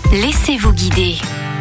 Laissez-vous guider.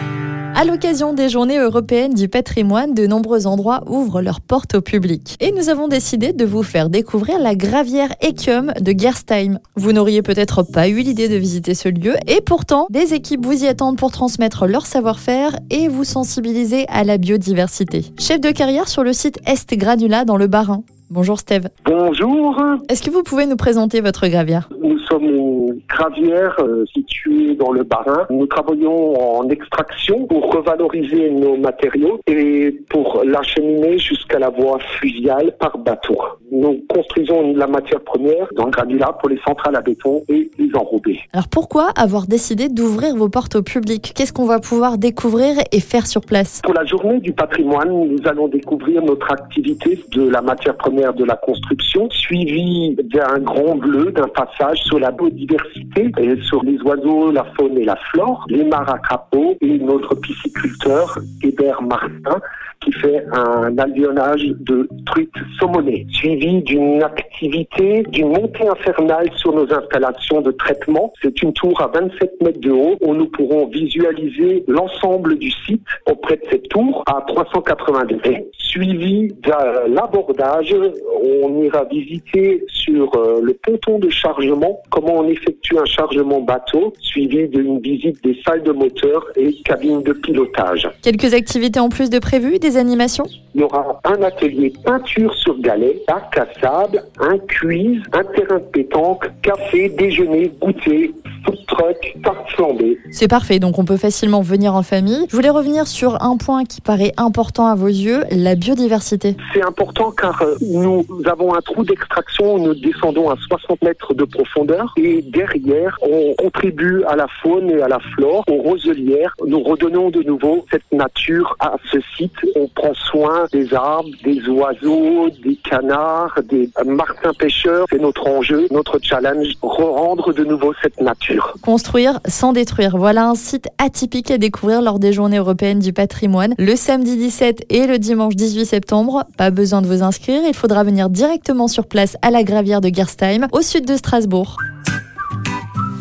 À l'occasion des Journées européennes du patrimoine, de nombreux endroits ouvrent leurs portes au public. Et nous avons décidé de vous faire découvrir la gravière Ekium de Gerstheim. Vous n'auriez peut-être pas eu l'idée de visiter ce lieu, et pourtant, des équipes vous y attendent pour transmettre leur savoir-faire et vous sensibiliser à la biodiversité. Chef de carrière sur le site Est Granula dans le Bas-Rhin. Bonjour Steve. Bonjour. Est-ce que vous pouvez nous présenter votre gravière ? Nous sommes une gravière située dans le Bas-Rhin. Nous travaillons en extraction pour revaloriser nos matériaux et pour l'acheminer jusqu'à la voie fluviale par bateau. Nous construisons la matière première dans le Granula pour les centrales à béton et les enrobés. Alors pourquoi avoir décidé d'ouvrir vos portes au public ? Qu'est-ce qu'on va pouvoir découvrir et faire sur place ? Pour la journée du patrimoine, nous allons découvrir notre activité de la matière première de la construction, suivi d'un grand bleu, d'un passage sur la biodiversité et sur les oiseaux, la faune et la flore, les mares à crapauds et notre pisciculteur Hébert Martin qui fait un alvéolage de truites saumonées, suivi d'une activité, d'une montée infernale sur nos installations de traitement. C'est une tour à 27 mètres de haut où nous pourrons visualiser l'ensemble du site auprès de cette tour à 380 degrés. Suivi de l'abordage, on ira visiter sur le ponton de chargement, comment on effectue un chargement bateau, suivi d'une visite des salles de moteur et cabines de pilotage. Quelques activités en plus de prévues, des animations ? Il y aura un atelier peinture sur galet, bac à sable, un quiz, un terrain de pétanque, café, déjeuner, goûter, food truck, tarte flambée. C'est parfait, donc on peut facilement venir en famille. Je voulais revenir sur un point qui paraît important à vos yeux, la biodiversité. C'est important car nous avons un trou d'extraction où nous descendons à 60 mètres de profondeur et derrière, on contribue à la faune et à la flore, aux roselières. Nous redonnons de nouveau cette nature à ce site. On prend soin des arbres, des oiseaux, des canards, des martins pêcheurs. C'est notre enjeu, notre challenge, rendre de nouveau cette nature. Construire sans détruire. Voilà un site atypique à découvrir lors des Journées européennes du patrimoine. Le samedi 17 et le dimanche 18 septembre. Pas besoin de vous inscrire, il faudra venir directement sur place à la gravière de Gerstheim, au sud de Strasbourg.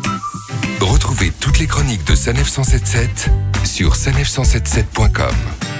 Retrouvez toutes les chroniques de Sanef 177 sur sanef177.com.